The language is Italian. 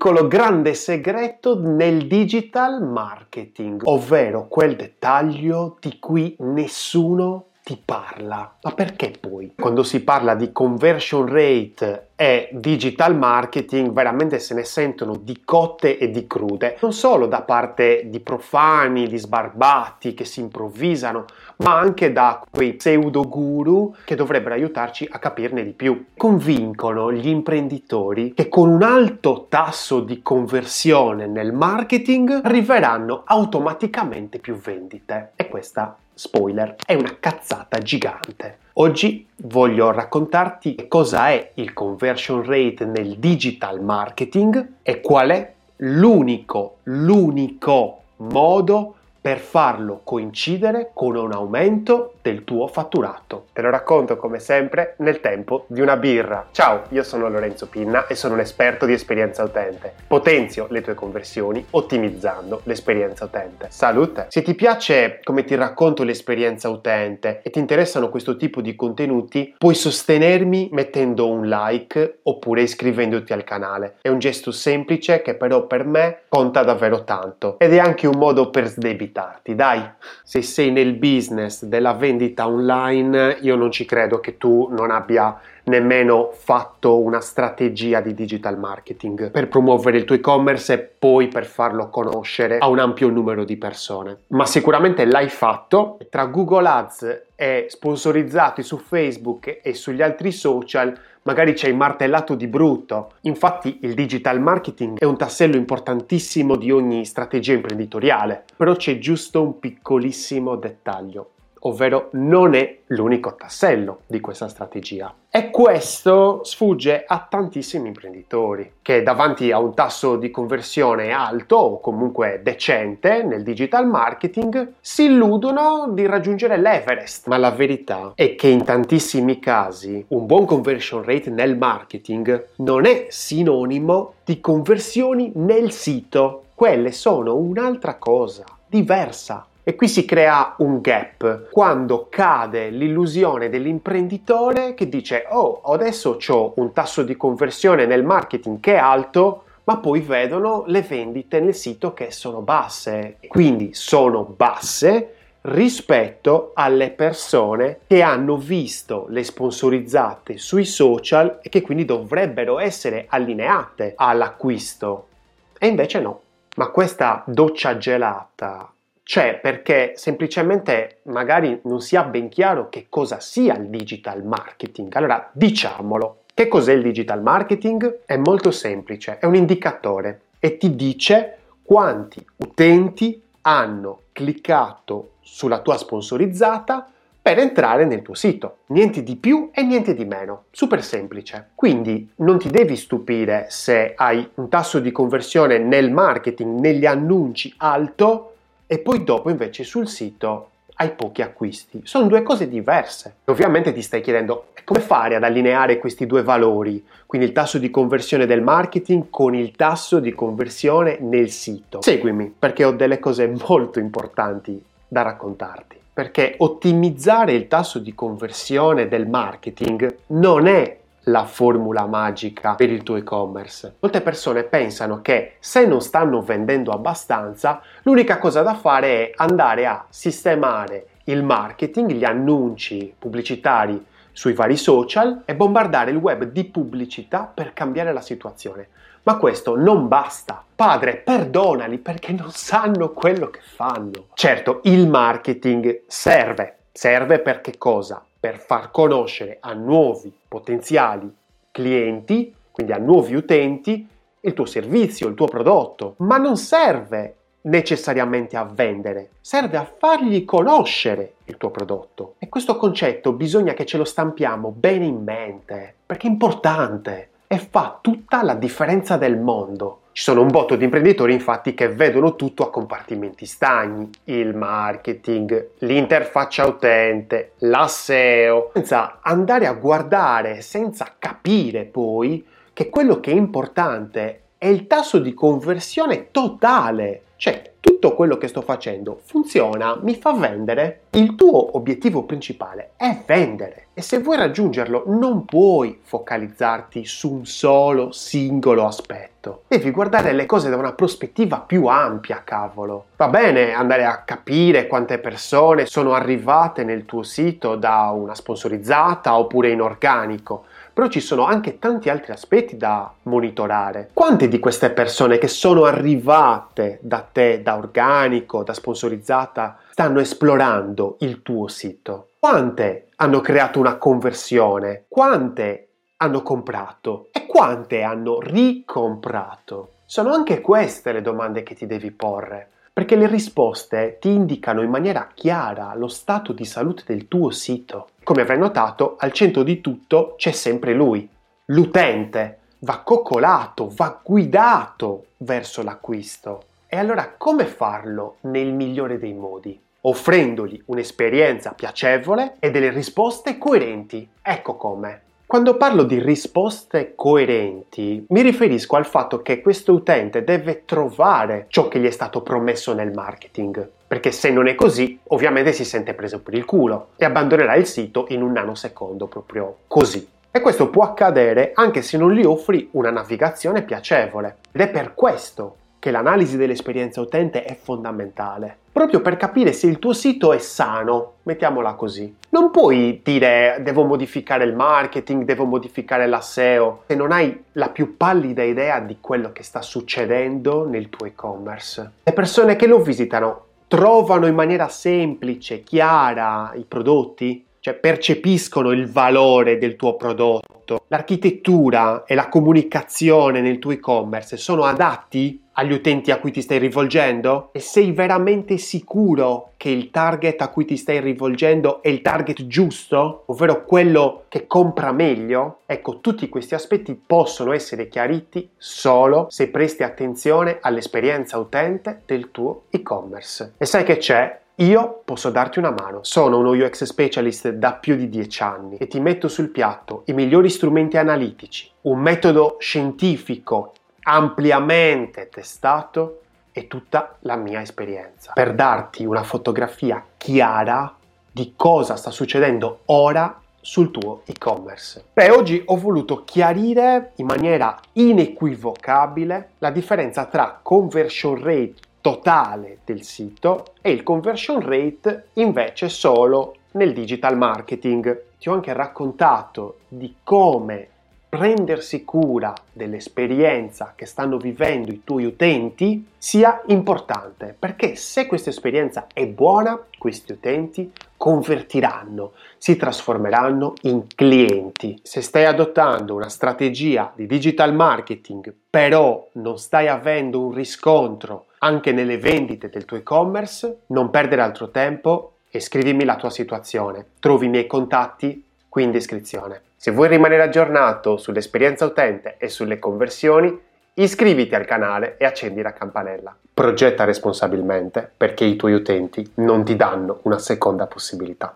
piccolo grande segreto nel digital marketing, ovvero quel dettaglio di cui nessuno ti parla. Ma perché poi? Quando si parla di conversion rate e digital marketing veramente se ne sentono di cotte e di crude, non solo da parte di profani, di sbarbati che si improvvisano, ma anche da quei pseudo guru che dovrebbero aiutarci a capirne di più. Convincono gli imprenditori che con un alto tasso di conversione nel marketing arriveranno automaticamente più vendite. E questa, spoiler, è una cazzata gigante. Oggi voglio raccontarti che cosa è il conversion rate nel digital marketing e qual è l'unico modo per farlo coincidere con un aumento del tuo fatturato. Te lo racconto come sempre nel tempo di una birra. Ciao, io sono Lorenzo Pinna e sono un esperto di esperienza utente. Potenzio le tue conversioni ottimizzando l'esperienza utente. Salute! Se ti piace come ti racconto l'esperienza utente e ti interessano questo tipo di contenuti, puoi sostenermi mettendo un like oppure iscrivendoti al canale. È un gesto semplice che però per me conta davvero tanto ed è anche un modo per sdebitarti. Dai, se sei nel business della vendita online, io non ci credo che tu non abbia nemmeno fatto una strategia di digital marketing per promuovere il tuo e-commerce e poi per farlo conoscere a un ampio numero di persone. Ma sicuramente l'hai fatto. Tra Google Ads e sponsorizzati su Facebook e sugli altri social magari ci hai martellato di brutto. Infatti il digital marketing è un tassello importantissimo di ogni strategia imprenditoriale, però c'è giusto un piccolissimo dettaglio, ovvero non è l'unico tassello di questa strategia. E questo sfugge a tantissimi imprenditori che davanti a un tasso di conversione alto o comunque decente nel digital marketing si illudono di raggiungere l'Everest. Ma la verità è che in tantissimi casi un buon conversion rate nel marketing non è sinonimo di conversioni nel sito. Quelle sono un'altra cosa, diversa. E qui si crea un gap quando cade l'illusione dell'imprenditore che dice oh, adesso ho un tasso di conversione nel marketing che è alto, ma poi vedono le vendite nel sito che sono basse. Quindi sono basse rispetto alle persone che hanno visto le sponsorizzate sui social e che quindi dovrebbero essere allineate all'acquisto. E invece no. Ma questa doccia gelata c'è perché semplicemente magari non si ha ben chiaro che cosa sia il digital marketing. Allora diciamolo. Che cos'è il digital marketing? È molto semplice, è un indicatore e ti dice quanti utenti hanno cliccato sulla tua sponsorizzata per entrare nel tuo sito. Niente di più e niente di meno. Super semplice. Quindi non ti devi stupire se hai un tasso di conversione nel marketing, negli annunci alto e poi dopo invece sul sito hai pochi acquisti. Sono due cose diverse. Ovviamente ti stai chiedendo come fare ad allineare questi due valori, quindi il tasso di conversione del marketing con il tasso di conversione nel sito. Seguimi perché ho delle cose molto importanti da raccontarti. Perché ottimizzare il tasso di conversione del marketing non è la formula magica per il tuo e-commerce. Molte persone pensano che se non stanno vendendo abbastanza, l'unica cosa da fare è andare a sistemare il marketing, gli annunci pubblicitari sui vari social e bombardare il web di pubblicità per cambiare la situazione. Ma questo non basta. Padre, perdonali perché non sanno quello che fanno. Certo, il marketing serve. Serve per che cosa? Per far conoscere a nuovi potenziali clienti, quindi a nuovi utenti, il tuo servizio, il tuo prodotto. Ma non serve necessariamente a vendere, serve a fargli conoscere il tuo prodotto. E questo concetto bisogna che ce lo stampiamo bene in mente, perché è importante e fa tutta la differenza del mondo. Ci sono un botto di imprenditori infatti che vedono tutto a compartimenti stagni, il marketing, l'interfaccia utente, la SEO, senza andare a guardare, senza capire poi che quello che è importante è il tasso di conversione totale. Cioè, tutto quello che sto facendo funziona, mi fa vendere? Il tuo obiettivo principale è vendere e se vuoi raggiungerlo non puoi focalizzarti su un solo singolo aspetto. Devi guardare le cose da una prospettiva più ampia, cavolo. Va bene andare a capire quante persone sono arrivate nel tuo sito da una sponsorizzata oppure in organico, però ci sono anche tanti altri aspetti da monitorare. Quante di queste persone che sono arrivate da te, da organico, da sponsorizzata, stanno esplorando il tuo sito? Quante hanno creato una conversione? Quante hanno comprato? E quante hanno ricomprato? Sono anche queste le domande che ti devi porre, perché le risposte ti indicano in maniera chiara lo stato di salute del tuo sito. Come avrai notato, al centro di tutto c'è sempre lui, l'utente. Va coccolato, va guidato verso l'acquisto. E allora come farlo nel migliore dei modi? Offrendogli un'esperienza piacevole e delle risposte coerenti. Ecco come. Quando parlo di risposte coerenti, mi riferisco al fatto che questo utente deve trovare ciò che gli è stato promesso nel marketing. Perché se non è così, ovviamente si sente preso per il culo e abbandonerà il sito in un nanosecondo, proprio così. E questo può accadere anche se non gli offri una navigazione piacevole. Ed è per questo che l'analisi dell'esperienza utente è fondamentale, proprio per capire se il tuo sito è sano, mettiamola così. Non puoi dire devo modificare il marketing, devo modificare la SEO, se non hai la più pallida idea di quello che sta succedendo nel tuo e-commerce. Le persone che lo visitano trovano in maniera semplice, chiara i prodotti? Cioè percepiscono il valore del tuo prodotto? L'architettura e la comunicazione nel tuo e-commerce sono adatti agli utenti a cui ti stai rivolgendo? E sei veramente sicuro che il target a cui ti stai rivolgendo è il target giusto? Ovvero quello che compra meglio? Ecco, tutti questi aspetti possono essere chiariti solo se presti attenzione all'esperienza utente del tuo e-commerce. E sai che c'è? Io posso darti una mano, sono uno UX specialist da più di 10 anni e ti metto sul piatto i migliori strumenti analitici, un metodo scientifico ampiamente testato e tutta la mia esperienza per darti una fotografia chiara di cosa sta succedendo ora sul tuo e-commerce. Oggi ho voluto chiarire in maniera inequivocabile la differenza tra conversion rate totale del sito e il conversion rate invece solo nel digital marketing. Ti ho anche raccontato di come prendersi cura dell'esperienza che stanno vivendo i tuoi utenti sia importante, perché se questa esperienza è buona, questi utenti convertiranno, si trasformeranno in clienti. Se stai adottando una strategia di digital marketing, però non stai avendo un riscontro anche nelle vendite del tuo e-commerce, non perdere altro tempo e scrivimi la tua situazione. Trovi i miei contatti qui in descrizione. Se vuoi rimanere aggiornato sull'esperienza utente e sulle conversioni, iscriviti al canale e accendi la campanella. Progetta responsabilmente perché i tuoi utenti non ti danno una seconda possibilità.